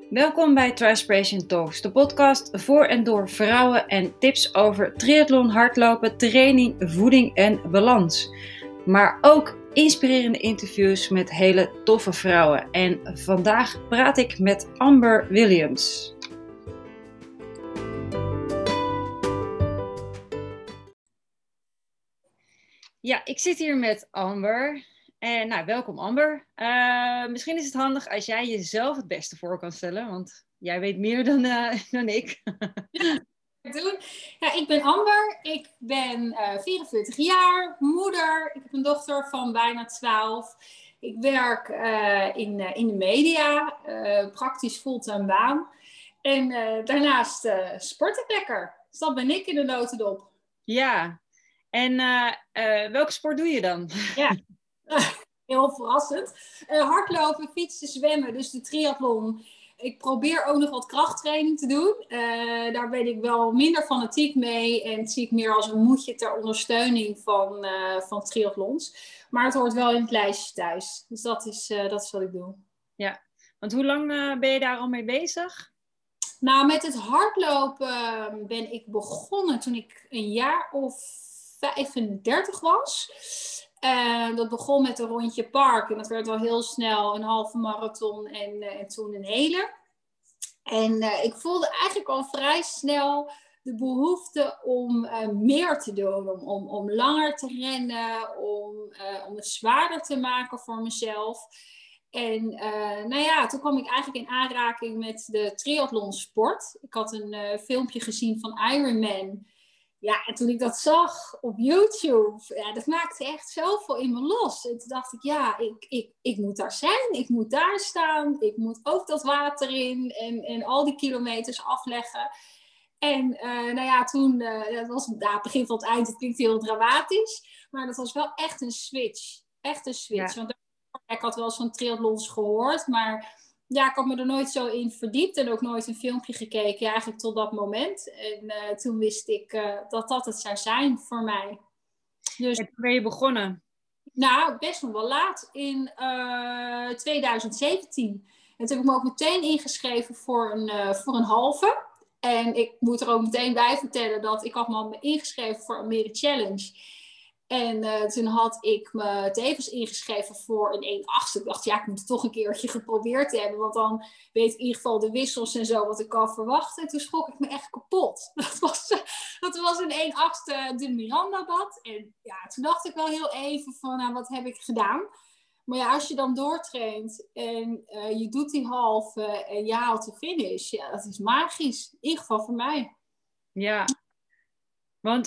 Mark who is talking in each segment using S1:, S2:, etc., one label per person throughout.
S1: Welkom bij Trispiration Talks, de podcast voor en door vrouwen en tips over triathlon, hardlopen, training, voeding en balans. Maar ook inspirerende interviews met hele toffe vrouwen. En vandaag praat ik met Amber Williams. Ja, ik zit hier met Amber. En welkom Amber. Misschien is het handig als jij jezelf het beste voor kan stellen, want jij weet meer dan ik.
S2: Ja, ik ben Amber. Ik ben 44 jaar, moeder. Ik heb een dochter van bijna 12. Ik werk in de media, praktisch fulltime baan. En daarnaast sport ik lekker. Dus dat ben ik in de notendop.
S1: Ja, en welke sport doe je dan?
S2: Ja, heel verrassend. Hardlopen, fietsen, zwemmen, dus de triathlon. Ik probeer ook nog wat krachttraining te doen. Daar ben ik wel minder fanatiek mee. En het zie ik meer als een moedje ter ondersteuning van triathlons. Maar het hoort wel in het lijstje thuis. Dus dat is wat ik doe.
S1: Ja, want hoe lang ben je daar al mee bezig?
S2: Nou, met het hardlopen ben ik begonnen toen ik een jaar of 35 was. Dat begon met een rondje park. En dat werd al heel snel een halve marathon en toen een hele. En ik voelde eigenlijk al vrij snel de behoefte om meer te doen. Om langer te rennen. Om het zwaarder te maken voor mezelf. En toen kwam ik eigenlijk in aanraking met de triathlonsport. Ik had een filmpje gezien van Ironman. Ja, en toen ik dat zag op YouTube, ja, dat maakte echt zoveel in me los. En toen dacht ik, ja, ik moet daar zijn, ik moet daar staan, ik moet ook dat water in en al die kilometers afleggen. En toen, dat was het begin van het eind, het klinkt heel dramatisch, maar dat was wel echt een switch. Echt een switch, ja. Want ik had wel eens van triathlons gehoord, maar ja, ik had me er nooit zo in verdiept en ook nooit een filmpje gekeken, ja, eigenlijk tot dat moment. En toen wist ik dat het zou zijn voor mij. Dus,
S1: en toen ben je begonnen?
S2: Nou, best nog wel laat, in 2017. En toen heb ik me ook meteen ingeschreven voor een halve. En ik moet er ook meteen bij vertellen dat ik had me ingeschreven voor een Meri Challenge. En toen had ik me tevens ingeschreven voor een 1/8. Ik dacht, ja, ik moet het toch een keertje geprobeerd hebben. Want dan weet ik in ieder geval de wissels en zo wat ik kan verwachten. En toen schrok ik me echt kapot. Dat was een 1/8 de Mirandabad. En ja, toen dacht ik wel heel even van, nou, wat heb ik gedaan? Maar ja, als je dan doortraint en je doet die halve en je haalt de finish. Ja, dat is magisch. In ieder geval voor mij.
S1: Ja. Want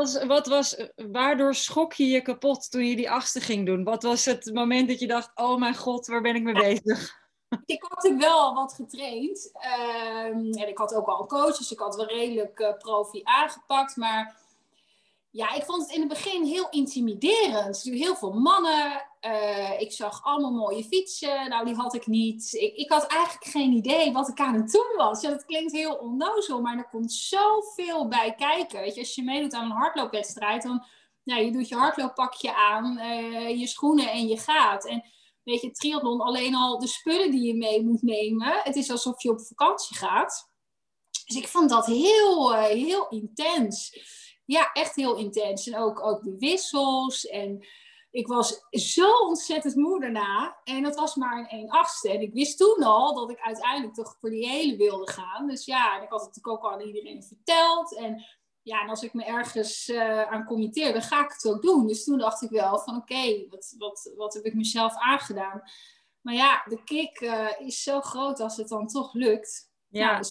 S1: waardoor schrok je je kapot toen je die 8e ging doen? Wat was het moment dat je dacht, oh mijn god, waar ben ik mee bezig?
S2: Ik had natuurlijk wel al wat getraind. En ik had ook al een coach, dus ik had wel redelijk profi aangepakt. Maar ja, ik vond het in het begin heel intimiderend. Heel veel mannen. Ik zag allemaal mooie fietsen. Nou, die had ik niet. Ik had eigenlijk geen idee wat ik aan het doen was. Ja, dat klinkt heel onnozel, maar er komt zoveel bij kijken. Weet je, als je meedoet aan een hardloopwedstrijd, dan je doet je hardlooppakje aan, je schoenen en je gaat. En weet je, triathlon, alleen al de spullen die je mee moet nemen. Het is alsof je op vakantie gaat. Dus ik vond dat heel intens. Ja, echt heel intens. En ook de wissels. En ik was zo ontzettend moe daarna. En dat was maar een 1/8. En ik wist toen al dat ik uiteindelijk toch voor die hele wilde gaan. Dus ja, en ik had het natuurlijk ook al aan iedereen verteld. En ja, en als ik me ergens aan committeer, dan ga ik het ook doen. Dus toen dacht ik wel van oké, wat heb ik mezelf aangedaan? Maar ja, de kick is zo groot als het dan toch lukt.
S1: Ja.
S2: Nou, dus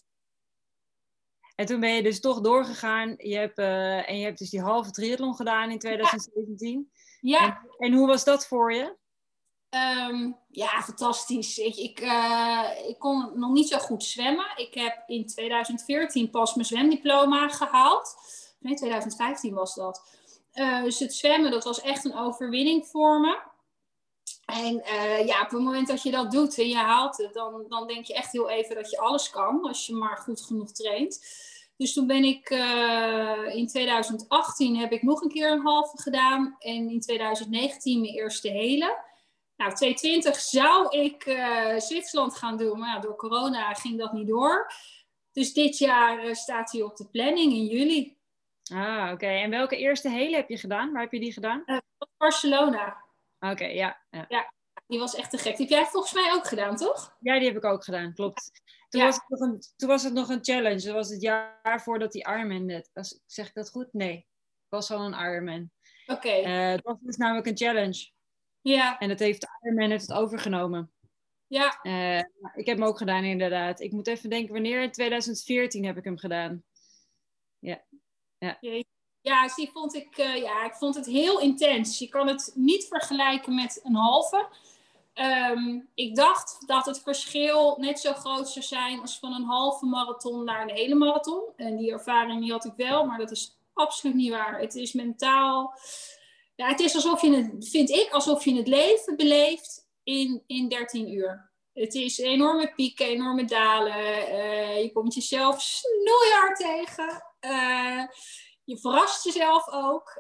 S1: en toen ben je dus toch doorgegaan. Je hebt dus die halve triathlon gedaan in 2017.
S2: Ja.
S1: En hoe was dat voor je?
S2: Ja, fantastisch. Ik kon nog niet zo goed zwemmen. Ik heb in 2014 pas mijn zwemdiploma gehaald. Nee, 2015 was dat. Dus het zwemmen, dat was echt een overwinning voor me. En op het moment dat je dat doet en je haalt het, dan denk je echt heel even dat je alles kan. Als je maar goed genoeg traint. Dus toen ben ik in 2018 heb ik nog een keer een halve gedaan. En in 2019 mijn eerste hele. Nou, 2020 zou ik Zwitserland gaan doen, maar ja, door corona ging dat niet door. Dus dit jaar staat hij op de planning in juli.
S1: Ah, oké. En welke eerste hele heb je gedaan? Waar heb je die gedaan?
S2: Barcelona.
S1: Oké, ja.
S2: Ja, die was echt te gek. Die heb jij volgens mij ook gedaan, toch?
S1: Ja, die heb ik ook gedaan, klopt. Toen,
S2: Ja.
S1: toen was het nog een challenge. Dat was het jaar voordat die Ironman net was. Zeg ik dat goed? Nee, het was al een Ironman.
S2: Oké.
S1: Het was dus namelijk een challenge.
S2: Ja.
S1: En Ironman heeft het overgenomen.
S2: Ja.
S1: Ik heb hem ook gedaan, inderdaad. Ik moet even denken, wanneer? In 2014 heb ik hem gedaan. Ja.
S2: Ja, dus ik vond het heel intens. Je kan het niet vergelijken met een halve. Ik dacht dat het verschil net zo groot zou zijn als van een halve marathon naar een hele marathon. En die ervaring die had ik wel, maar dat is absoluut niet waar. Het is mentaal... Ja, het is alsof je het leven beleeft in 13 uur. Het is enorme pieken, enorme dalen. Je komt jezelf snoeihard tegen. Je verrast jezelf ook.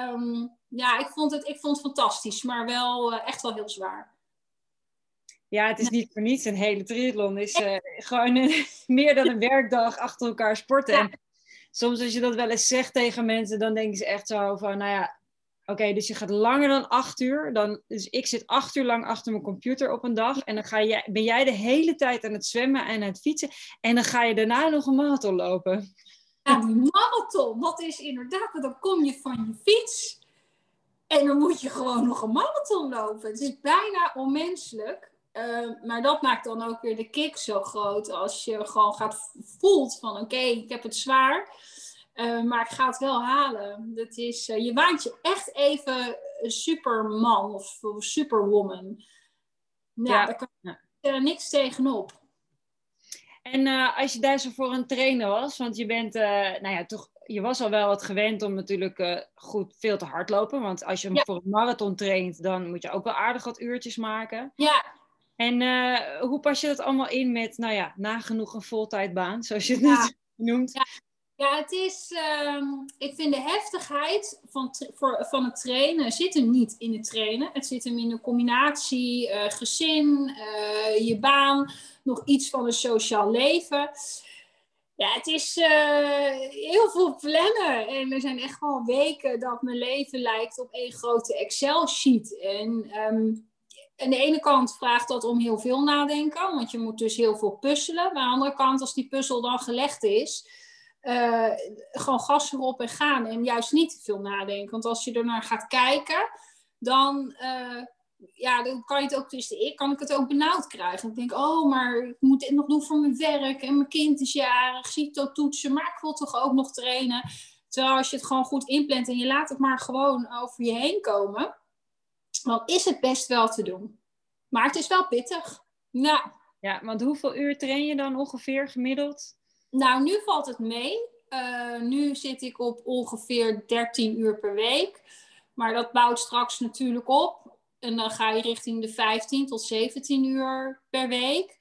S2: Ik vond het fantastisch, maar wel echt wel heel zwaar.
S1: Ja, het is niet voor niets. Een hele triathlon is gewoon meer dan een werkdag achter elkaar sporten. Ja. En soms als je dat wel eens zegt tegen mensen, dan denken ze echt zo van, nou ja, oké, dus je gaat langer dan 8 uur. Dus ik zit 8 uur lang achter mijn computer op een dag. En dan ben jij de hele tijd aan het zwemmen en aan het fietsen. En dan ga je daarna nog een marathon lopen.
S2: Ja, die marathon, dat is inderdaad, dan kom je van je fiets. En dan moet je gewoon nog een marathon lopen. Het is bijna onmenselijk. Maar dat maakt dan ook weer de kick zo groot. Als je gewoon voelt van oké, ik heb het zwaar. Maar ik ga het wel halen. Dat is, je waant je echt even een superman of superwoman. Nou, daar kan je niks tegenop.
S1: En als je daar zo voor een trainer was, want je bent, je was al wel wat gewend om natuurlijk goed veel te hardlopen. Want als je voor een marathon traint, dan moet je ook wel aardig wat uurtjes maken.
S2: Ja.
S1: En hoe pas je dat allemaal in met, nagenoeg een voltijdbaan, zoals je het net noemt?
S2: Ja, het is, ik vind de heftigheid van het trainen zit hem niet in het trainen. Het zit hem in de combinatie gezin, je baan, nog iets van een sociaal leven. Ja, het is heel veel plannen. En er zijn echt wel weken dat mijn leven lijkt op één grote Excel-sheet. En aan de ene kant vraagt dat om heel veel nadenken, want je moet dus heel veel puzzelen. Maar aan de andere kant, als die puzzel dan gelegd is, gewoon gas erop en gaan en juist niet te veel nadenken. Want als je er naar gaat kijken, dan kan je het ook, kan ik het ook benauwd krijgen. Ik denk, maar ik moet dit nog doen voor mijn werk en mijn kind is jarig, CITO-toetsen, maar ik wil toch ook nog trainen. Terwijl als je het gewoon goed inplant en je laat het maar gewoon over je heen komen, dan is het best wel te doen. Maar het is wel pittig. Nou.
S1: Ja, want hoeveel uur train je dan ongeveer gemiddeld?
S2: Nou, nu valt het mee. Nu zit ik op ongeveer 13 uur per week. Maar dat bouwt straks natuurlijk op. En dan ga je richting de 15 tot 17 uur per week.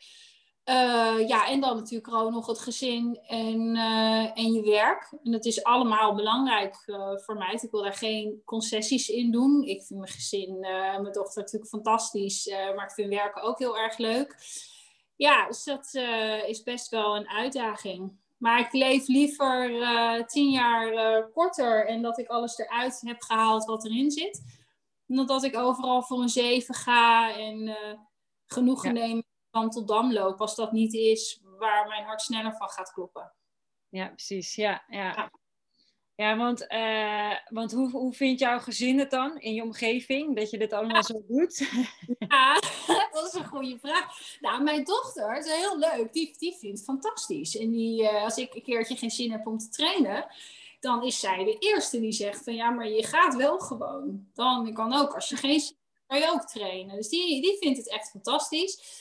S2: En dan natuurlijk gewoon nog het gezin en je werk. En dat is allemaal belangrijk voor mij. Ik wil daar geen concessies in doen. Ik vind mijn gezin, mijn dochter natuurlijk fantastisch. Maar ik vind werken ook heel erg leuk. Ja, dus dat is best wel een uitdaging. Maar ik leef liever 10 jaar korter en dat ik alles eruit heb gehaald wat erin zit. Dan dat ik overal voor een 7 ga en genoegen neem van tot Dam loop. Als dat niet is waar mijn hart sneller van gaat kloppen.
S1: Ja, precies. Ja, want hoe vindt jouw gezin het dan in je omgeving, dat je dit allemaal zo doet?
S2: Ja, dat is een goede vraag. Nou, mijn dochter is heel leuk. Die vindt het fantastisch. En als ik een keertje geen zin heb om te trainen, dan is zij de eerste die zegt van ja, maar je gaat wel gewoon. Dan kan ook, als je geen zin hebt, kan je ook trainen. Dus die vindt het echt fantastisch.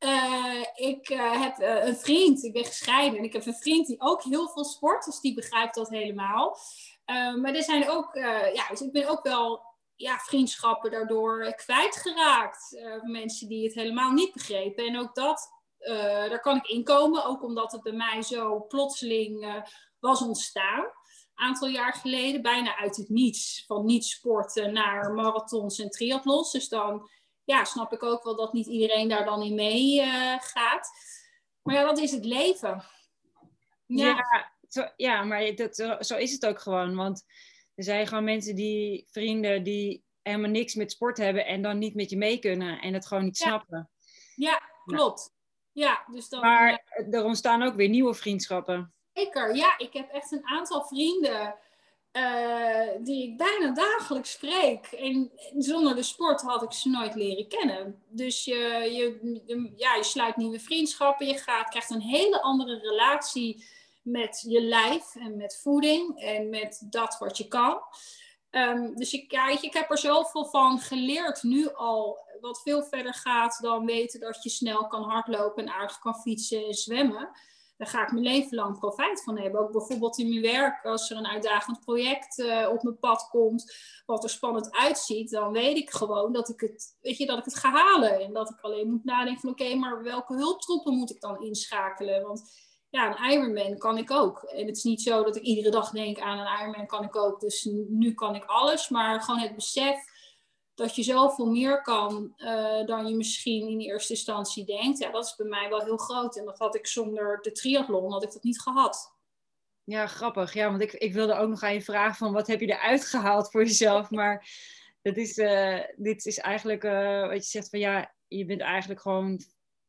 S2: Ik heb een vriend, ik ben gescheiden en ik heb een vriend die ook heel veel sport, dus die begrijpt dat helemaal. Maar er zijn ook, dus ik ben ook wel vriendschappen daardoor kwijtgeraakt. Mensen die het helemaal niet begrepen. En ook dat, daar kan ik in komen, ook omdat het bij mij zo plotseling was ontstaan. Een aantal jaar geleden, bijna uit het niets. Van niet sporten naar marathons en triathlons. Dus dan ja, snap ik ook wel dat niet iedereen daar dan in mee gaat. Maar ja, dat is het leven. Ja.
S1: Ja, maar zo is het ook gewoon. Want er zijn gewoon vrienden die helemaal niks met sport hebben en dan niet met je mee kunnen en het gewoon niet snappen.
S2: Ja, klopt. Ja, dus dan...
S1: Maar er ontstaan ook weer nieuwe vriendschappen.
S2: Zeker, ja. Ik heb echt een aantal vrienden die ik bijna dagelijks spreek. En zonder de sport had ik ze nooit leren kennen. Dus je sluit nieuwe vriendschappen. Je krijgt een hele andere relatie met je lijf en met voeding en met dat wat je kan. Dus ik heb er zoveel van geleerd nu al, wat veel verder gaat dan weten dat je snel kan hardlopen en aardig kan fietsen en zwemmen. Daar ga ik mijn leven lang profijt van hebben. Ook bijvoorbeeld in mijn werk, als er een uitdagend project op mijn pad komt, wat er spannend uitziet, dan weet ik gewoon dat ik het ga halen. En dat ik alleen moet nadenken van oké, maar welke hulptroepen moet ik dan inschakelen? Want ja, een Ironman kan ik ook. En het is niet zo dat ik iedere dag denk aan een Ironman kan ik ook. Dus nu kan ik alles. Maar gewoon het besef dat je zoveel meer kan dan je misschien in eerste instantie denkt. Ja, dat is bij mij wel heel groot. En dat had ik zonder de triathlon, had ik dat niet gehad.
S1: Ja, grappig. Ja, want ik wilde ook nog aan je vragen van wat heb je eruit gehaald voor jezelf? Maar dit is eigenlijk wat je zegt van ja, je bent eigenlijk gewoon...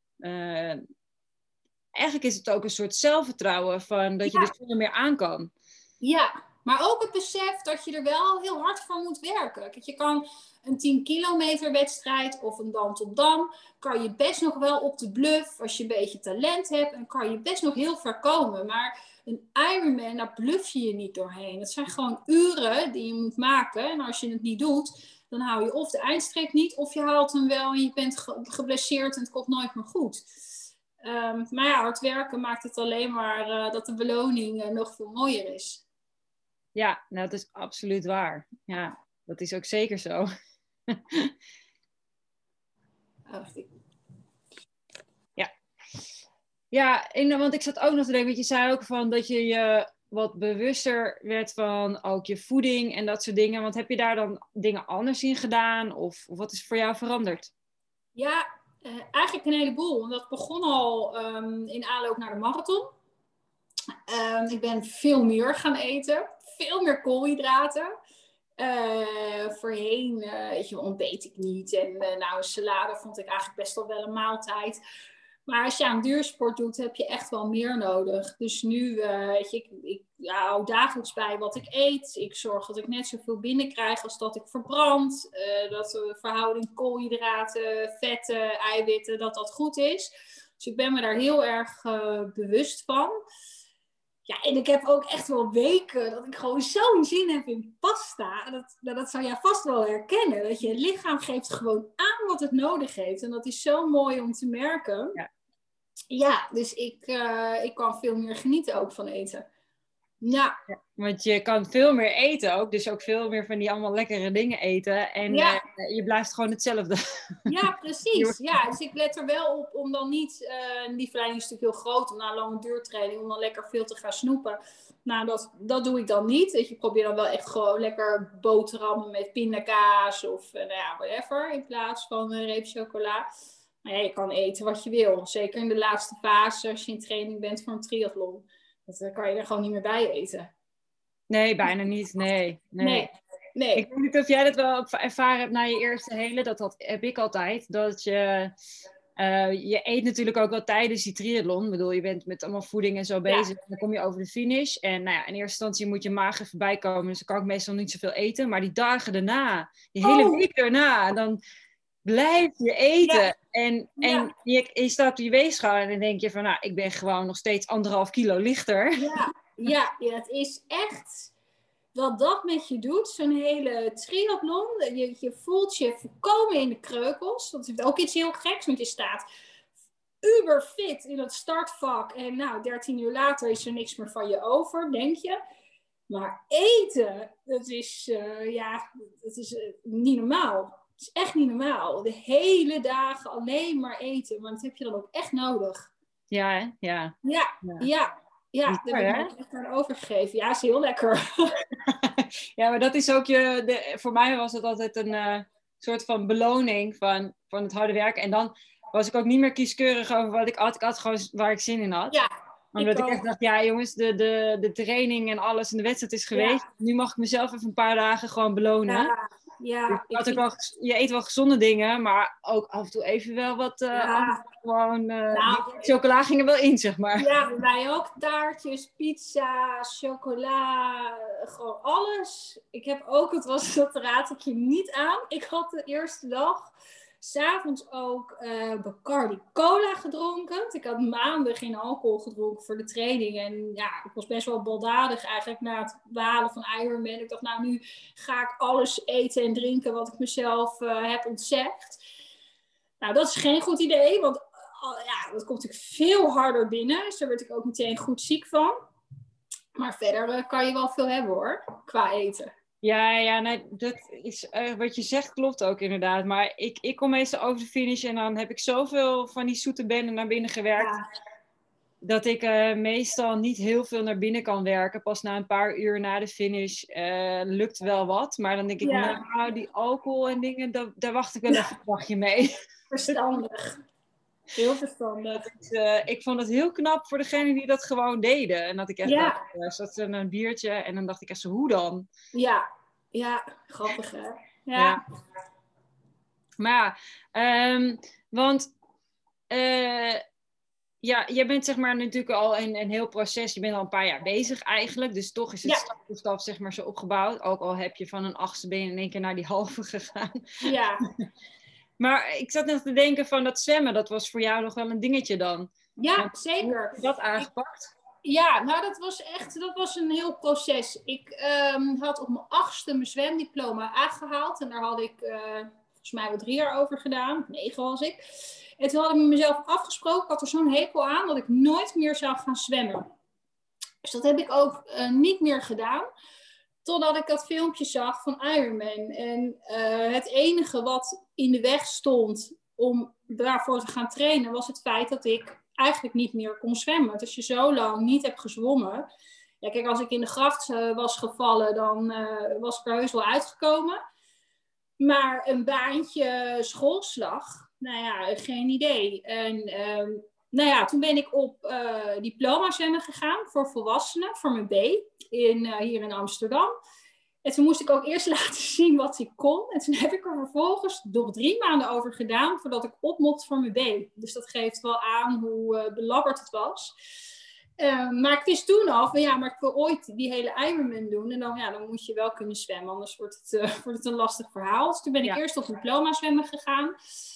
S1: eigenlijk is het ook een soort zelfvertrouwen van dat je er veel meer aan kan.
S2: Ja, maar ook het besef dat je er wel heel hard voor moet werken. Kijk, je kan een 10 kilometer wedstrijd of een dam tot dam, kan je best nog wel op de bluff, als je een beetje talent hebt, en kan je best nog heel ver komen. Maar een Ironman, daar bluff je niet doorheen. Het zijn gewoon uren die je moet maken. En als je het niet doet, dan hou je of de eindstreep niet, of je haalt hem wel en je bent geblesseerd en het komt nooit meer goed. Maar ja, hard werken maakt het alleen maar dat de beloning nog veel mooier is.
S1: Ja, nou, dat is absoluut waar. Ja, dat is ook zeker zo. Ja, want ik zat ook nog te denken, want je zei ook van dat je wat bewuster werd van ook je voeding en dat soort dingen. Want heb je daar dan dingen anders in gedaan? Of wat is voor jou veranderd?
S2: Ja, eigenlijk een heleboel. En dat begon al in aanloop naar de marathon. Ik ben veel meer gaan eten. Veel meer koolhydraten. Voorheen ontbeet ik niet. En nou, een salade vond ik eigenlijk best wel een maaltijd. Maar als je aan duursport doet, heb je echt wel meer nodig. Dus nu, ik hou dagelijks bij wat ik eet. Ik zorg dat ik net zoveel binnenkrijg als dat ik verbrand. Dat de verhouding koolhydraten, vetten, eiwitten, dat goed is. Dus ik ben me daar heel erg bewust van. Ja, en ik heb ook echt wel weken dat ik gewoon zo'n zin heb in pasta. Dat zou jij vast wel herkennen. Dat je lichaam geeft gewoon aan wat het nodig heeft. En dat is zo mooi om te merken. Ja, dus ik kan veel meer genieten ook van eten. Ja.
S1: Want je kan veel meer eten ook. Dus ook veel meer van die allemaal lekkere dingen eten. En je blijft gewoon hetzelfde.
S2: Ja, precies. Ja, dus ik let er wel op om dan niet... die verleiding is natuurlijk heel groot om na een lange duurtraining... om dan lekker veel te gaan snoepen. Nou, dat doe ik dan niet. Dus je probeert dan wel echt gewoon lekker boterhammen met pindakaas... of whatever, in plaats van een reep chocola. Maar ja, je kan eten wat je wil. Zeker in de laatste fase, als je in training bent voor een triathlon. Dan kan je er gewoon niet meer bij eten.
S1: Nee, bijna niet. Nee. Ik weet niet of jij dat wel ervaren hebt na je eerste hele. Dat heb ik altijd. Dat je eet natuurlijk ook wel tijdens die triathlon. Ik bedoel, je bent met allemaal voeding en zo bezig. Ja. Dan kom je over de finish. En nou ja, in eerste instantie moet je maag even bijkomen. Dus dan kan ik meestal niet zoveel eten. Maar die dagen daarna, die hele week daarna, dan blijf je eten. Ja. En je staat op je weegschaal en dan denk je van, nou, ik ben gewoon nog steeds 1,5 kilo lichter.
S2: Ja, het is echt wat dat met je doet, zo'n hele triathlon. Je voelt je volkomen in de kreukels. Dat is ook iets heel geks, want je staat uber fit in het startvak. En nou, 13 uur later is er niks meer van je over, denk je. Maar eten, dat is niet normaal. Het is echt niet normaal. De hele dagen alleen maar eten. Maar dat heb je dan ook echt nodig.
S1: Ja, hè? Ja.
S2: Ja, daar heb ik me echt aan overgegeven. Ja, is heel lekker.
S1: Ja, maar dat is ook voor mij was het altijd soort van beloning van het harde werken. En dan was ik ook niet meer kieskeurig over wat ik at. Ik at gewoon waar ik zin in had.
S2: Ja,
S1: Omdat ik echt dacht, ja jongens, de training en alles en de wedstrijd is geweest.
S2: Ja.
S1: Nu mag ik mezelf even een paar dagen gewoon belonen.
S2: Ja,
S1: Dus je eet wel gezonde dingen, maar ook af en toe even wel wat gewoon... die chocola ging er wel in, zeg maar.
S2: Ja, bij mij ook taartjes, pizza, chocola, gewoon alles. Ik heb ook, dat raad ik je niet aan. Ik had de eerste dag 's'avonds ook Bacardi Cola gedronken. Want ik had maanden geen alcohol gedronken voor de training. En ja, ik was best wel baldadig eigenlijk na het behalen van Ironman. Ik dacht, nou nu ga ik alles eten en drinken wat ik mezelf heb ontzegd. Nou, dat is geen goed idee, want ja, dat komt natuurlijk veel harder binnen. Dus daar werd ik ook meteen goed ziek van. Maar verder kan je wel veel hebben hoor, qua eten.
S1: Ja, nee, dat is, wat je zegt klopt ook inderdaad. Maar ik kom meestal over de finish en dan heb ik zoveel van die zoete benden naar binnen gewerkt. Ja. Dat ik meestal niet heel veel naar binnen kan werken. Pas na een paar uur na de finish lukt wel wat. Maar dan denk ik, nou, die alcohol en dingen, daar wacht ik wel even een dagje mee.
S2: Verstandig. Heel verstandig.
S1: Dus, ik vond het heel knap voor degenen die dat gewoon deden. En dat ik echt dacht, zat ze een biertje en dan dacht ik echt zo, hoe dan?
S2: Ja, grappig hè?
S1: Ja. Maar want jij bent zeg maar natuurlijk al in een heel proces, je bent al een paar jaar bezig eigenlijk. Dus toch is het stap voor stap zeg maar zo opgebouwd. Ook al heb je van een 8e ben je in één keer naar die halve gegaan.
S2: Ja.
S1: Maar ik zat net te denken van dat zwemmen, dat was voor jou nog wel een dingetje dan.
S2: Ja, zeker.
S1: Hoe heb je dat aangepakt?
S2: Ja, nou dat was een heel proces. Ik had op mijn 8e mijn zwemdiploma aangehaald. En daar had ik volgens mij wel 3 jaar over gedaan. 9 was ik. En toen had ik met mezelf afgesproken. Ik had er zo'n hekel aan dat ik nooit meer zou gaan zwemmen. Dus dat heb ik ook niet meer gedaan. Totdat ik dat filmpje zag van Ironman. En het enige wat in de weg stond om daarvoor te gaan trainen, was het feit dat ik eigenlijk niet meer kon zwemmen. Want als je zo lang niet hebt gezwommen. Ja, kijk, als ik in de gracht was gevallen, dan was ik er heus wel uitgekomen. Maar een baantje schoolslag, nou ja, geen idee. En nou ja, toen ben ik op diploma zwemmen gegaan voor volwassenen, voor mijn B, hier in Amsterdam. En toen moest ik ook eerst laten zien wat ik kon. En toen heb ik er vervolgens nog 3 maanden over gedaan voordat ik op mocht voor mijn B. Dus dat geeft wel aan hoe belabberd het was. Maar ik wist toen al van ja, maar ik wil ooit die hele Ironman doen. En dan moet je wel kunnen zwemmen, anders wordt het een lastig verhaal. Dus toen ben ik eerst op diploma zwemmen gegaan.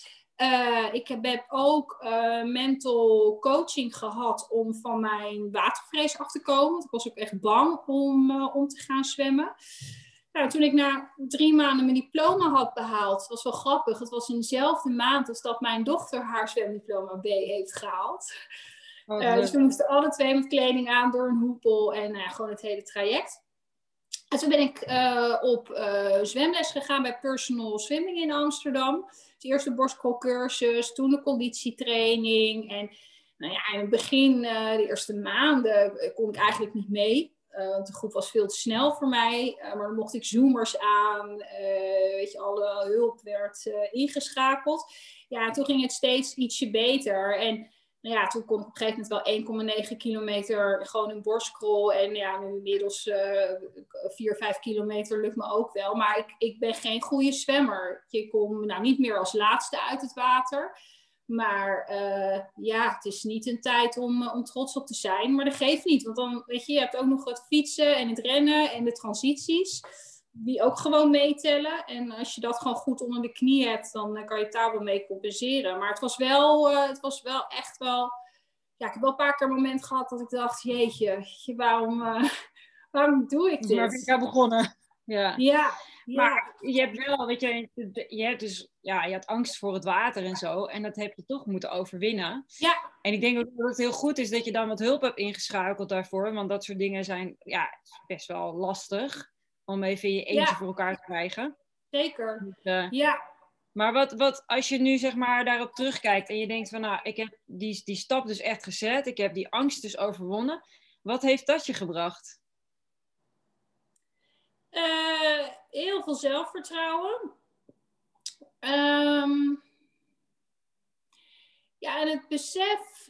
S2: Ik heb ook mental coaching gehad om van mijn watervrees af te komen. Want ik was ook echt bang om te gaan zwemmen. Nou, toen ik na 3 maanden mijn diploma had behaald, dat was wel grappig. Het was in dezelfde maand als dat mijn dochter haar zwemdiploma B heeft gehaald. Dus we moesten alle 2 met kleding aan door een hoepel en gewoon het hele traject. En toen ben ik op zwemles gegaan bij Personal Swimming in Amsterdam. Dus eerst de borstkrolcursus, toen de conditietraining. En nou ja, in het begin, de eerste maanden, kon ik eigenlijk niet mee. Want de groep was veel te snel voor mij. Maar dan mocht ik zoomers aan. Weet je, alle hulp werd ingeschakeld. Ja, toen ging het steeds ietsje beter. En nou ja, toen kon ik op een gegeven moment wel 1,9 kilometer gewoon een borstcrawl. En ja, nu inmiddels 4, 5 kilometer lukt me ook wel. Maar ik ben geen goede zwemmer. Je komt nou niet meer als laatste uit het water. Maar ja, het is niet een tijd om trots op te zijn. Maar dat geeft niet. Want dan, weet je hebt ook nog het fietsen en het rennen en de transities. Die ook gewoon meetellen. En als je dat gewoon goed onder de knie hebt, dan kan je het daar wel mee compenseren. Maar het was wel echt wel... Ja, ik heb wel een paar keer een moment gehad dat ik dacht, jeetje, waarom doe ik dit?
S1: Maar ben ik daar begonnen? Ja.
S2: Ja.
S1: Maar je hebt wel, weet je hebt dus, ja, je had angst voor het water en zo. En dat heb je toch moeten overwinnen.
S2: Ja.
S1: En ik denk ook dat het heel goed is dat je dan wat hulp hebt ingeschakeld daarvoor. Want dat soort dingen zijn, ja, best wel lastig. Om even in je eentje voor elkaar te krijgen.
S2: Zeker,
S1: dus,
S2: ja.
S1: Maar wat als je nu zeg maar daarop terugkijkt en je denkt van nou, ik heb die stap dus echt gezet. Ik heb die angst dus overwonnen. Wat heeft dat je gebracht?
S2: Heel veel zelfvertrouwen. Ja, en het besef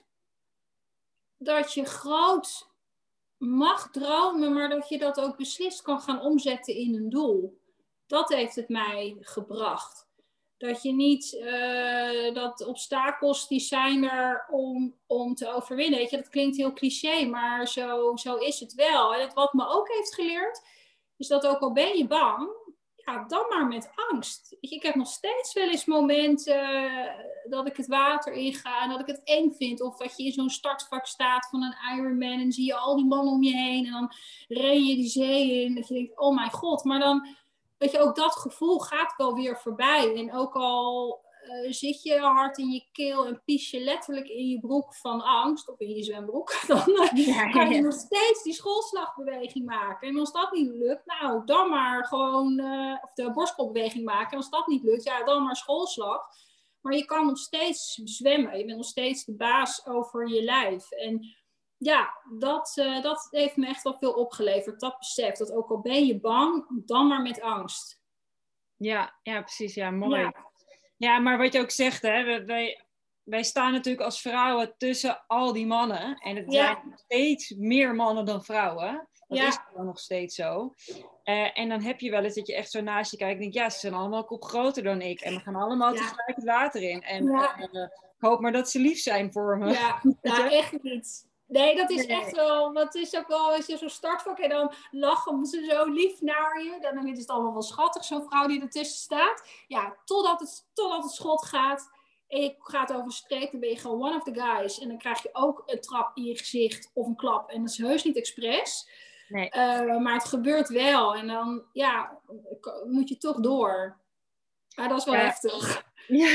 S2: dat je groot mag dromen, maar dat je dat ook beslist kan gaan omzetten in een doel. Dat heeft het mij gebracht. Dat je niet, dat obstakels die zijn er om te overwinnen. Weet je, dat klinkt heel cliché, maar zo is het wel. En wat me ook heeft geleerd, is dat ook al ben je bang, ja, dan maar met angst. Ik heb nog steeds wel eens momenten dat ik het water inga en dat ik het eng vind. Of dat je in zo'n startvak staat van een Ironman en zie je al die mannen om je heen. En dan ren je die zee in. Dat je denkt, oh mijn god. Maar dan, weet je, ook dat gevoel gaat wel weer voorbij. En ook al zit je hard in je keel en pies je letterlijk in je broek van angst, of in je zwembroek, dan kan je nog steeds die schoolslagbeweging maken. En als dat niet lukt, nou, dan maar gewoon, of de borstkelbeweging maken. En als dat niet lukt, ja, dan maar schoolslag. Maar je kan nog steeds zwemmen. Je bent nog steeds de baas over je lijf. En ja, dat heeft me echt wel veel opgeleverd. Dat besef, dat ook al ben je bang, dan maar met angst.
S1: Ja, precies. Ja, mooi. Ja, maar wat je ook zegt, hè, wij staan natuurlijk als vrouwen tussen al die mannen. En het zijn steeds meer mannen dan vrouwen. Dat is gewoon nog steeds zo. En dan heb je wel eens dat je echt zo naast je kijkt en denkt, ja, ze zijn allemaal kop groter dan ik. En we gaan allemaal tegelijk het water in. En ik hoop maar dat ze lief zijn voor me.
S2: Ja, echt niet. Nee, dat is echt wel, dat is ook wel, als je zo'n startvak en dan lachen ze zo lief naar je. Dan is het allemaal wel schattig, zo'n vrouw die ertussen staat. Ja, totdat het schot gaat en je gaat over de streep, dan ben je gewoon one of the guys. En dan krijg je ook een trap in je gezicht of een klap. En dat is heus niet expres. Nee. Maar het gebeurt wel. En dan, ja, moet je toch door. Maar dat is wel heftig.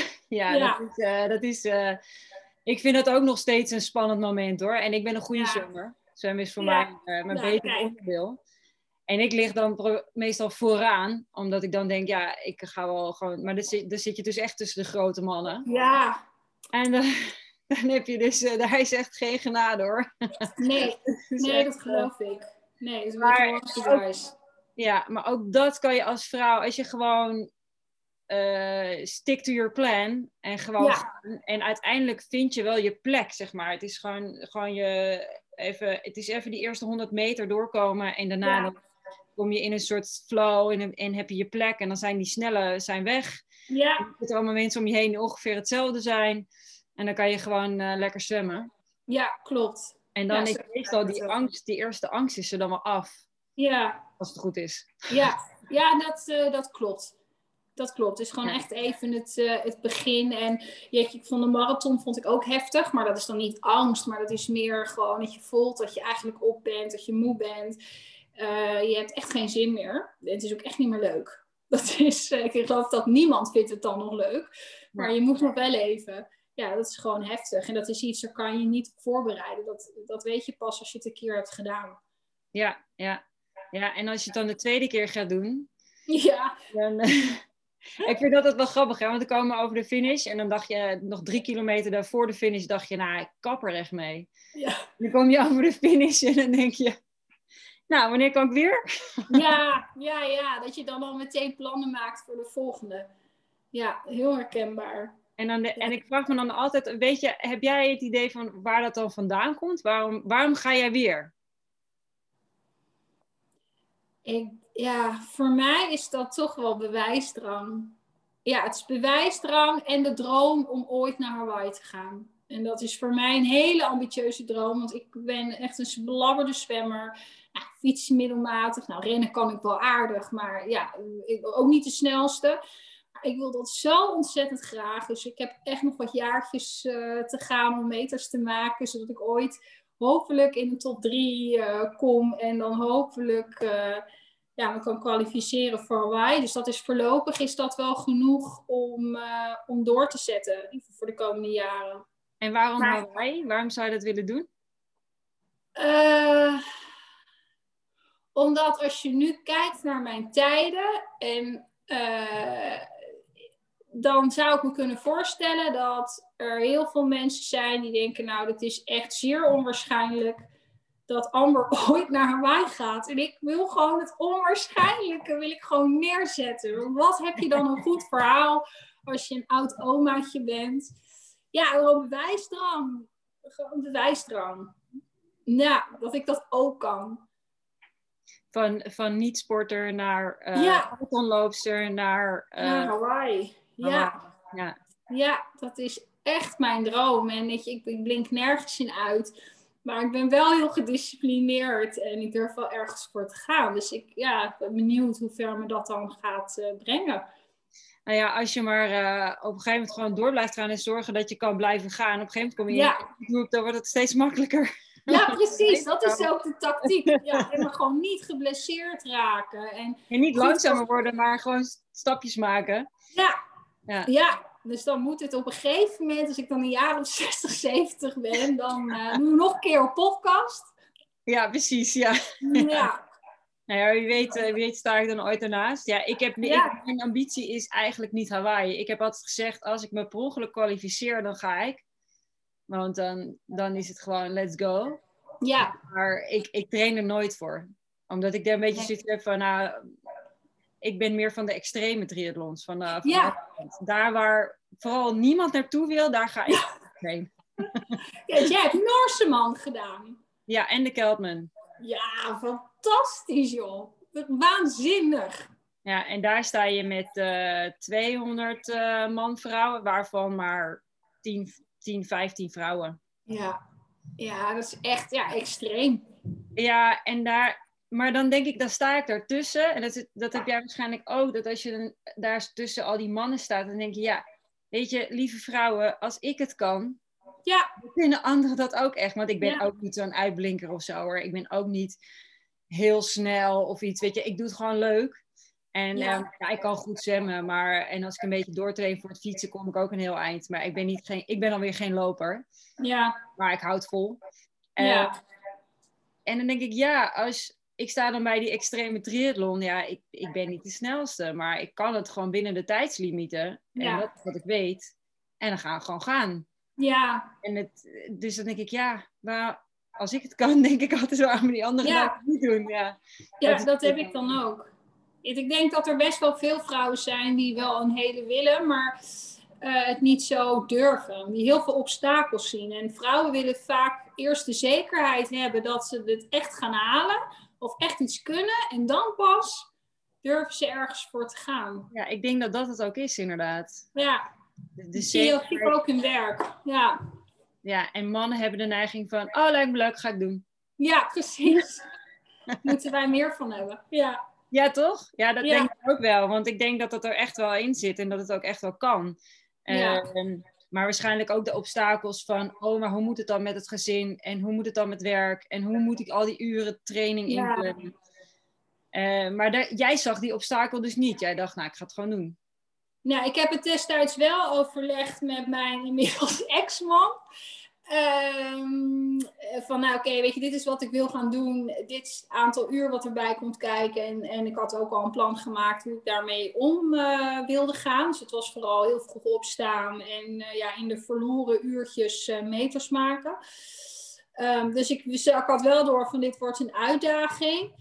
S1: Dat is... Ik vind dat ook nog steeds een spannend moment, hoor. En ik ben een goede zwemmer. Zwemmen is voor mij mijn beter onderdeel. En ik lig dan meestal vooraan. Omdat ik dan denk, ja, ik ga wel gewoon... Maar dan zit je dus echt tussen de grote mannen.
S2: Ja.
S1: En dan heb je dus... daar is echt geen genade, hoor.
S2: Nee, dat geloof ik. Nee, dat is wel wijs.
S1: Ja, maar ook dat kan je als vrouw... Als je gewoon... stick to your plan en gewoon gaan. En uiteindelijk vind je wel je plek, zeg maar. Het is gewoon het is even die eerste 100 meter doorkomen en daarna dan kom je in een soort flow en heb je je plek en dan zijn die snelle weg. Ja. Er zitten allemaal mensen om je heen die ongeveer hetzelfde zijn en dan kan je gewoon lekker zwemmen.
S2: Ja, klopt.
S1: En dan is meestal die eerste angst is er dan wel af.
S2: Ja.
S1: Als het goed is.
S2: Ja, dat klopt. Dat klopt. Het is gewoon echt even het begin. En ik vond de marathon vond ik ook heftig. Maar dat is dan niet angst. Maar dat is meer gewoon dat je voelt dat je eigenlijk op bent. Dat je moe bent. Je hebt echt geen zin meer. Het is ook echt niet meer leuk. Ik geloof dat niemand vindt het dan nog leuk. Maar je moet nog wel even. Ja, dat is gewoon heftig. En dat is iets, daar kan je niet op voorbereiden. Dat weet je pas als je het een keer hebt gedaan.
S1: Ja. En als je het dan de tweede keer gaat doen.
S2: Ja.
S1: Dan... Ik vind dat wel grappig, hè? Want dan komen we over de finish en dan dacht je nog 3 kilometer daarvoor de finish, dacht je, nou, ik kap er echt mee.
S2: Ja.
S1: Dan kom je over de finish en dan denk je, nou, wanneer kan ik weer?
S2: Ja, dat je dan al meteen plannen maakt voor de volgende. Ja, heel herkenbaar.
S1: En ik vraag me dan altijd, weet je, heb jij het idee van waar dat dan vandaan komt? Waarom ga jij weer?
S2: Voor mij is dat toch wel bewijsdrang. Ja, het is bewijsdrang en de droom om ooit naar Hawaii te gaan. En dat is voor mij een hele ambitieuze droom. Want ik ben echt een belabberde zwemmer. Fietsen middelmatig. Nou, rennen kan ik wel aardig. Maar ja, ook niet de snelste. Maar ik wil dat zo ontzettend graag. Dus ik heb echt nog wat jaartjes te gaan om meters te maken. Zodat ik ooit hopelijk in de top 3 kom. En dan hopelijk... me kan kwalificeren voor Hawaii. Dus dat is voorlopig is dat wel genoeg om door te zetten voor de komende jaren.
S1: En waarom Hawaii? Waarom zou je dat willen doen?
S2: Omdat als je nu kijkt naar mijn tijden en dan zou ik me kunnen voorstellen dat er heel veel mensen zijn die denken, nou, dat is echt zeer onwaarschijnlijk dat Amber ooit naar Hawaii gaat. En ik wil gewoon het onwaarschijnlijke wil ik gewoon neerzetten. Wat heb je dan een goed verhaal als je een oud omaatje bent. Ja, gewoon bewijsdrang. Gewoon bewijsdrang. Ja, dat ik dat ook kan.
S1: Van niet-sporter naar
S2: Ja.
S1: marathonloopster naar
S2: Hawaii. Ja. Ja, dat is echt mijn droom. En weet je, ik blink nergens in uit. Maar ik ben wel heel gedisciplineerd en ik durf wel ergens voor te gaan. Dus ik ben benieuwd hoe ver me dat dan gaat brengen.
S1: Nou ja, als je maar op een gegeven moment gewoon door blijft gaan en zorgen dat je kan blijven gaan. Op een gegeven moment kom je in een groep, dan wordt het steeds makkelijker.
S2: Ja, precies. Dat is ook de tactiek. Ja, en maar gewoon niet geblesseerd raken. En
S1: niet langzamer worden, maar gewoon stapjes maken.
S2: Ja. Dus dan moet het op een gegeven moment, als ik dan een jaar of 60, 70 ben, dan doen we nog een keer een podcast.
S1: Ja, precies. Ja. Nou ja, wie weet sta ik dan ooit ernaast. Ja, mijn ambitie is eigenlijk niet Hawaii. Ik heb altijd gezegd, als ik me per ongeluk kwalificeer, dan ga ik. Want dan is het gewoon let's go.
S2: Ja.
S1: Maar ik train er nooit voor. Omdat ik daar een beetje zoiets heb van, ik ben meer van de extreme triathlons. Daar waar vooral niemand naartoe wil, daar ga ik heen.
S2: Ja, jij hebt Noorseman gedaan.
S1: Ja, en de Keltman.
S2: Ja, fantastisch joh. Waanzinnig.
S1: Ja, en daar sta je met 200 man-vrouwen, waarvan maar 10, 15 vrouwen.
S2: Ja, dat is echt extreem.
S1: Ja, maar dan denk ik, dan sta ik ertussen. En dat heb jij waarschijnlijk ook. Dat als je daar tussen al die mannen staat, dan denk je, ja, weet je, lieve vrouwen, als ik het kan, dan kunnen anderen dat ook echt. Want ik ben ook niet zo'n uitblinker of zo hoor. Ik ben ook niet heel snel of iets. Weet je, ik doe het gewoon leuk. En ik kan goed zwemmen. En als ik een beetje doortrain voor het fietsen, kom ik ook een heel eind. Maar ik ben alweer geen loper.
S2: Ja.
S1: Maar ik houd vol. En dan denk ik, ik sta dan bij die extreme triathlon. Ja, ik ben niet de snelste. Maar ik kan het gewoon binnen de tijdslimieten. En dat is wat ik weet. En dan gaan we gewoon gaan.
S2: Ja.
S1: Dus dan denk ik, maar als ik het kan, denk ik altijd, waarom die anderen dat niet doen.
S2: Ja, dat heb ik dan ook. Ik denk dat er best wel veel vrouwen zijn die wel een hele willen, maar het niet zo durven. Die heel veel obstakels zien. En vrouwen willen vaak eerst de zekerheid hebben dat ze dit echt gaan halen. Of echt iets kunnen. En dan pas durven ze ergens voor te gaan.
S1: Ja, ik denk dat het ook is inderdaad.
S2: Ja, dat zie je ook in werk.
S1: Ja, en mannen hebben de neiging van, lijkt me leuk, ga ik doen.
S2: Ja, precies. Moeten wij meer van hebben.
S1: Ja, toch? Ja, dat denk ik ook wel. Want ik denk dat het er echt wel in zit en dat het ook echt wel kan. Maar waarschijnlijk ook de obstakels van, maar hoe moet het dan met het gezin? En hoe moet het dan met werk? En hoe moet ik al die uren training inplannen? Maar jij zag die obstakel dus niet. Jij dacht, ik ga het gewoon doen.
S2: Nou, ik heb het destijds wel overlegd met mijn inmiddels ex-man. Weet je, dit is wat ik wil gaan doen. Dit is het aantal uur wat erbij komt kijken. En ik had ook al een plan gemaakt hoe ik daarmee om wilde gaan. Dus het was vooral heel vroeg opstaan en in de verloren uurtjes meters maken. Dus ik had wel door van dit wordt een uitdaging.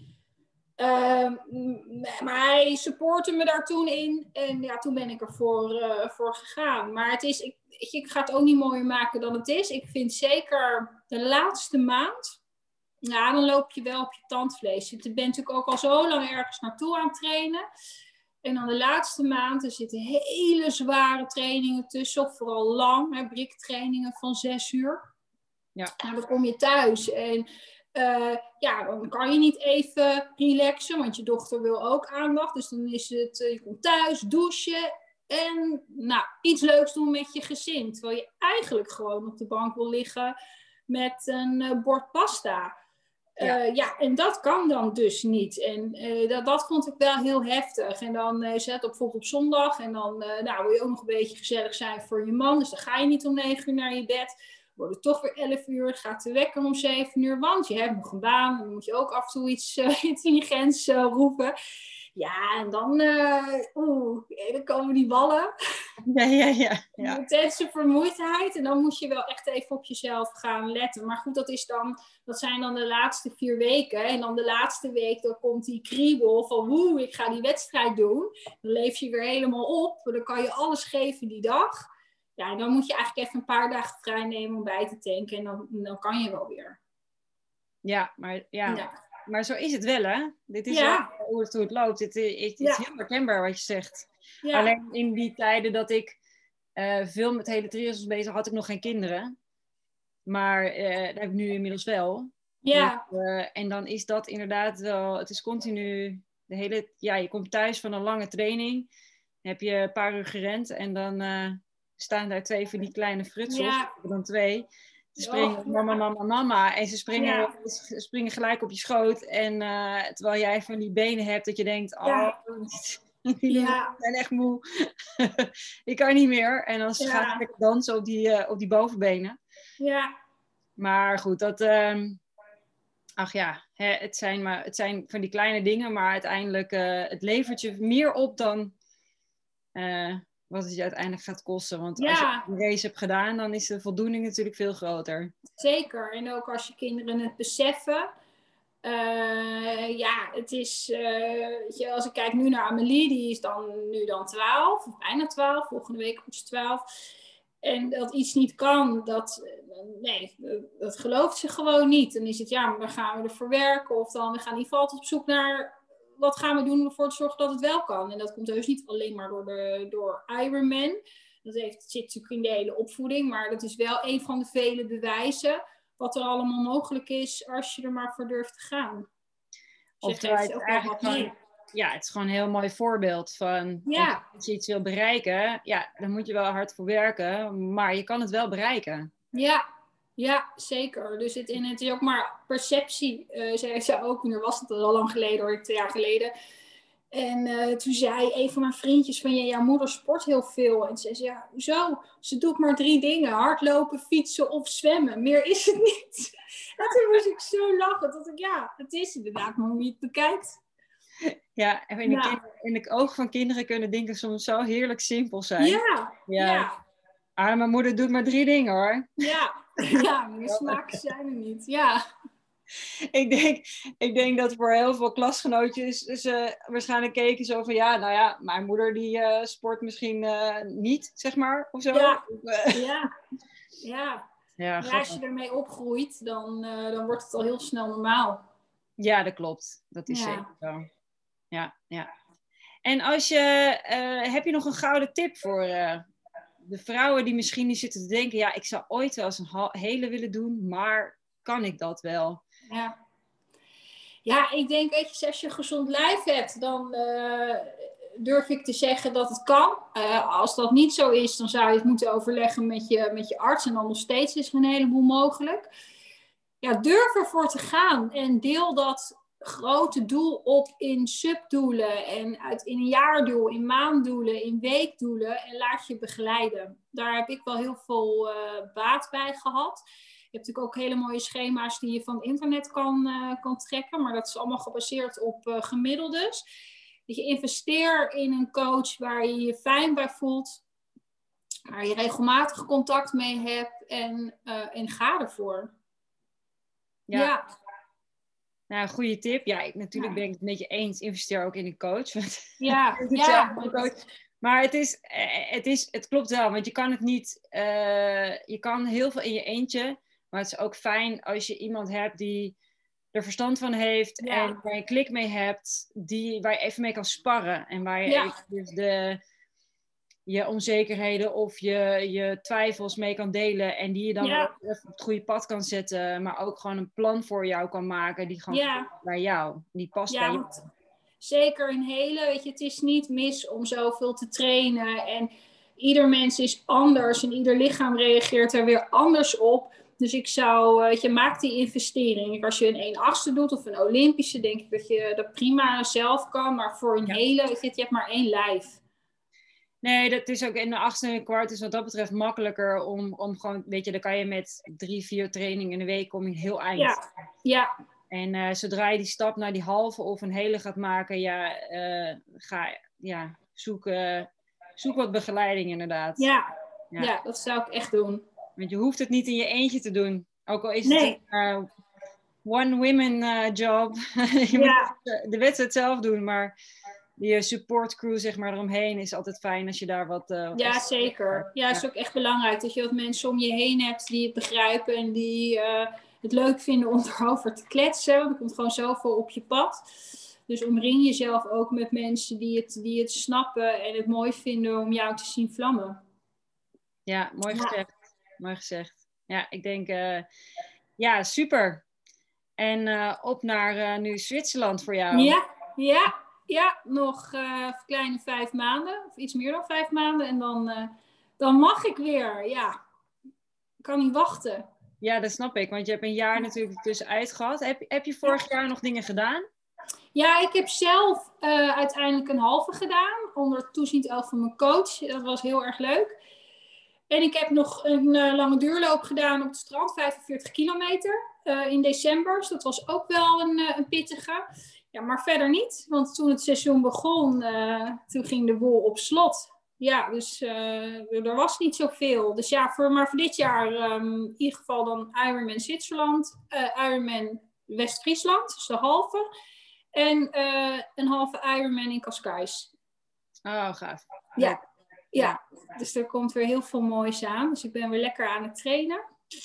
S2: Maar hij supportte me daar toen in. En toen ben ik ervoor gegaan. Maar het is, ik ga het ook niet mooier maken dan het is. Ik vind zeker de laatste maand. Dan loop je wel op je tandvlees. Je bent natuurlijk ook al zo lang ergens naartoe aan het trainen. En dan de laatste maand, er zitten hele zware trainingen tussen. Of vooral lang, briktrainingen van 6 uur.
S1: Ja.
S2: En dan kom je thuis en... dan kan je niet even relaxen, want je dochter wil ook aandacht. Dus dan is het, je komt thuis, douchen en iets leuks doen met je gezin. Terwijl je eigenlijk gewoon op de bank wil liggen met een bord pasta. En dat kan dan dus niet. En dat vond ik wel heel heftig. En dan bijvoorbeeld op zondag en dan wil je ook nog een beetje gezellig zijn voor je man. Dus dan ga je niet om 9 uur naar je bed. Wordt het toch weer 11 uur, gaat de wekker om 7 uur, want je hebt nog een baan. Dan moet je ook af en toe iets intelligents roepen. Ja, en dan, dan komen die ballen.
S1: Ja.
S2: Intense vermoeidheid. En dan moet je wel echt even op jezelf gaan letten. Maar goed, dat zijn dan de laatste 4 weken. En dan de laatste week, dan komt die kriebel van ik ga die wedstrijd doen. Dan leef je weer helemaal op. Dan kan je alles geven die dag. Ja, en dan moet je eigenlijk even een paar dagen vrij nemen om bij te tanken. En dan kan je wel weer.
S1: Ja, maar zo is het wel, hè? Dit is wel hoe het loopt. Het is heel herkenbaar wat je zegt.
S2: Ja.
S1: Alleen in die tijden dat ik veel met hele triathlons was bezig, had ik nog geen kinderen. Maar dat heb ik nu inmiddels wel.
S2: Ja.
S1: Dus, en dan is dat inderdaad wel... Het is continu je komt thuis van een lange training. Dan heb je een paar uur gerend. En dan staan daar 2 van die kleine frutsels.
S2: Ja.
S1: Dan 2. Ze springen mama. En ze springen gelijk op je schoot. En terwijl jij van die benen hebt dat je denkt... Die zijn echt moe. Ik kan niet meer. En dan gaat ik dansen op die bovenbenen.
S2: Ja.
S1: Maar goed, dat... het zijn van die kleine dingen. Maar uiteindelijk het levert je meer op dan... wat het je uiteindelijk gaat kosten. Want als je een race hebt gedaan, dan is de voldoening natuurlijk veel groter.
S2: Zeker. En ook als je kinderen het beseffen. Het is... als ik kijk nu naar Amelie, die is nu 12. Of bijna 12. Volgende week wordt ze 12. En dat iets niet kan, dat gelooft ze gewoon niet. Dan is het, maar dan gaan we ervoor werken. Of dan we gaan in ieder geval op zoek naar... Wat gaan we doen om ervoor te zorgen dat het wel kan? En dat komt heus niet alleen maar door Ironman. Dat zit natuurlijk in de hele opvoeding. Maar dat is wel een van de vele bewijzen... wat er allemaal mogelijk is als je er maar voor durft te gaan.
S1: Oftewel, het is gewoon een heel mooi voorbeeld van... Als je iets wil bereiken, dan moet je wel hard voor werken. Maar je kan het wel bereiken.
S2: Ja, zeker. Dus het is ook maar perceptie, zei ze ook. En er was het al lang geleden, hoor, 2 jaar geleden. En toen zei een van mijn vriendjes van... jouw moeder sport heel veel. En ze zei, hoezo? Ze doet maar 3 dingen. Hardlopen, fietsen of zwemmen. Meer is het niet. En toen moest ik zo lachen. Dat ik, het is inderdaad maar hoe je het bekijkt.
S1: Ja, en in de ogen van kinderen kunnen dingen soms zo heerlijk simpel zijn.
S2: Ja.
S1: Mijn moeder doet maar 3 dingen, hoor.
S2: Ja, meer smaken zijn er niet. Ja.
S1: Ik denk dat voor heel veel klasgenootjes ze waarschijnlijk keken zo van... mijn moeder die sport misschien niet, zeg maar, of zo.
S2: Ja, als je ermee opgroeit, dan wordt het al heel snel normaal.
S1: Ja, dat klopt. Dat is zeker zo. Ja. En heb je nog een gouden tip voor de vrouwen die misschien niet zitten te denken... ik zou ooit wel eens een hele willen doen, maar kan ik dat wel?
S2: Ja, ik denk, als je een gezond lijf hebt, dan durf ik te zeggen dat het kan. Als dat niet zo is, dan zou je het moeten overleggen met je arts. En dan nog steeds is er een heleboel mogelijk. Durf ervoor te gaan. En deel dat grote doel op in subdoelen. En in een jaardoel, in maanddoelen, in weekdoelen. En laat je begeleiden. Daar heb ik wel heel veel baat bij gehad. Je hebt natuurlijk ook hele mooie schema's die je van het internet kan trekken. Maar dat is allemaal gebaseerd op gemiddeldes. Dat je investeert in een coach waar je je fijn bij voelt. Waar je regelmatig contact mee hebt. En ga ervoor. Ja.
S1: Nou, goede tip. Natuurlijk ben ik het met je eens. Investeer ook in een coach. Maar het klopt wel. Want je kan het niet... je kan heel veel in je eentje... Maar het is ook fijn als je iemand hebt die er verstand van heeft... en waar je klik mee hebt... waar je even mee kan sparren. En waar je even dus je onzekerheden of je twijfels mee kan delen... en die je dan even op het goede pad kan zetten... maar ook gewoon een plan voor jou kan maken... die gewoon bij jou, die past bij jou.
S2: Zeker een hele... het is niet mis om zoveel te trainen... en ieder mens is anders... en ieder lichaam reageert er weer anders op... Dus ik zou, maak die investering. Als je een 1/8 doet of een Olympische, denk ik dat je dat prima zelf kan. Maar voor een hele, je hebt maar 1 lijf.
S1: Nee, dat is ook in de 8e en een kwart is wat dat betreft makkelijker om gewoon, dan kan je met 3-4 trainingen in de week kom je heel eind.
S2: Ja.
S1: En zodra je die stap naar die halve of een hele gaat maken, zoek wat begeleiding inderdaad.
S2: Ja, dat zou ik echt doen.
S1: Want je hoeft het niet in je eentje te doen. Ook al is
S2: Nee.
S1: het een one-women job. Je moet de wedstrijd zelf doen, maar je support crew zeg maar eromheen is altijd fijn als je daar wat...
S2: ja, zeker. Ja, het is ook echt belangrijk dat je wat mensen om je heen hebt die het begrijpen en die het leuk vinden om erover te kletsen. Want er komt gewoon zoveel op je pad. Dus omring jezelf ook met mensen die het snappen en het mooi vinden om jou te zien vlammen.
S1: Ja, mooi gezegd. Mooi gezegd. Ja, ik denk, super. En op naar nu Zwitserland voor jou.
S2: Ja, nog kleine 5 maanden. Of iets meer dan 5 maanden. En dan mag ik weer. Ja, ik kan niet wachten.
S1: Ja, dat snap ik. Want je hebt een jaar natuurlijk tussenuit gehad. Heb je vorig jaar nog dingen gedaan?
S2: Ja, ik heb zelf uiteindelijk een halve gedaan. Onder toeziend oog van mijn coach. Dat was heel erg leuk. En ik heb nog een lange duurloop gedaan op het strand. 45 kilometer in december. Dus dat was ook wel een pittige. Ja, maar verder niet. Want toen het seizoen begon, toen ging de boel op slot. Ja, dus er was niet zoveel. Dus ja, voor dit jaar in ieder geval dan Ironman Zwitserland. Ironman West-Friesland, dus de halve. En een halve Ironman in Cascais.
S1: Oh, gaaf.
S2: Ja, dus er komt weer heel veel moois aan. Dus ik ben weer lekker aan het trainen.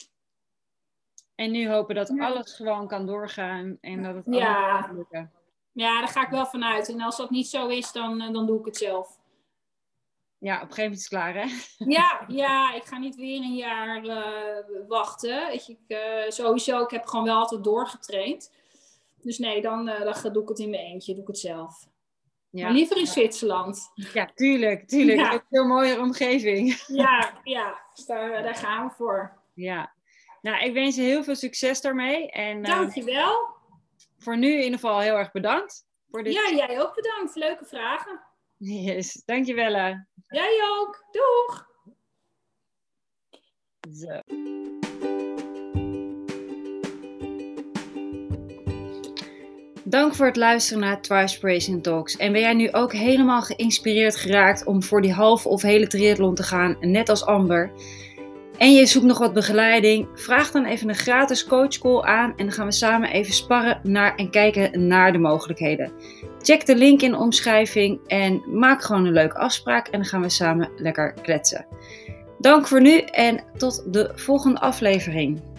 S1: En nu hopen dat alles gewoon kan doorgaan en dat het allemaal kan lukken.
S2: Ja, daar ga ik wel vanuit. En als dat niet zo is, dan doe ik het zelf.
S1: Ja, op een gegeven moment is het klaar, hè?
S2: Ja, ik ga niet weer een jaar wachten. Sowieso, ik heb gewoon wel altijd doorgetraind. Dus nee, dan doe ik het in mijn eentje. Doe ik het zelf. Ja. Maar liever in Zwitserland.
S1: Ja, tuurlijk. Ja. Een veel mooiere omgeving.
S2: Ja. Dus daar gaan we voor.
S1: Ja. Nou, ik wens je heel veel succes daarmee. En,
S2: dankjewel.
S1: Voor nu in ieder geval heel erg bedankt. Voor dit...
S2: Ja, jij ook bedankt. Leuke vragen.
S1: Yes, dankjewel.
S2: Jij ook. Doeg!
S1: Zo. Dank voor het luisteren naar Trispiration Talks. En ben jij nu ook helemaal geïnspireerd geraakt om voor die halve of hele triathlon te gaan, net als Amber? En je zoekt nog wat begeleiding? Vraag dan even een gratis coachcall aan en dan gaan we samen even sparren en kijken naar de mogelijkheden. Check de link in de omschrijving en maak gewoon een leuke afspraak en dan gaan we samen lekker kletsen. Dank voor nu en tot de volgende aflevering.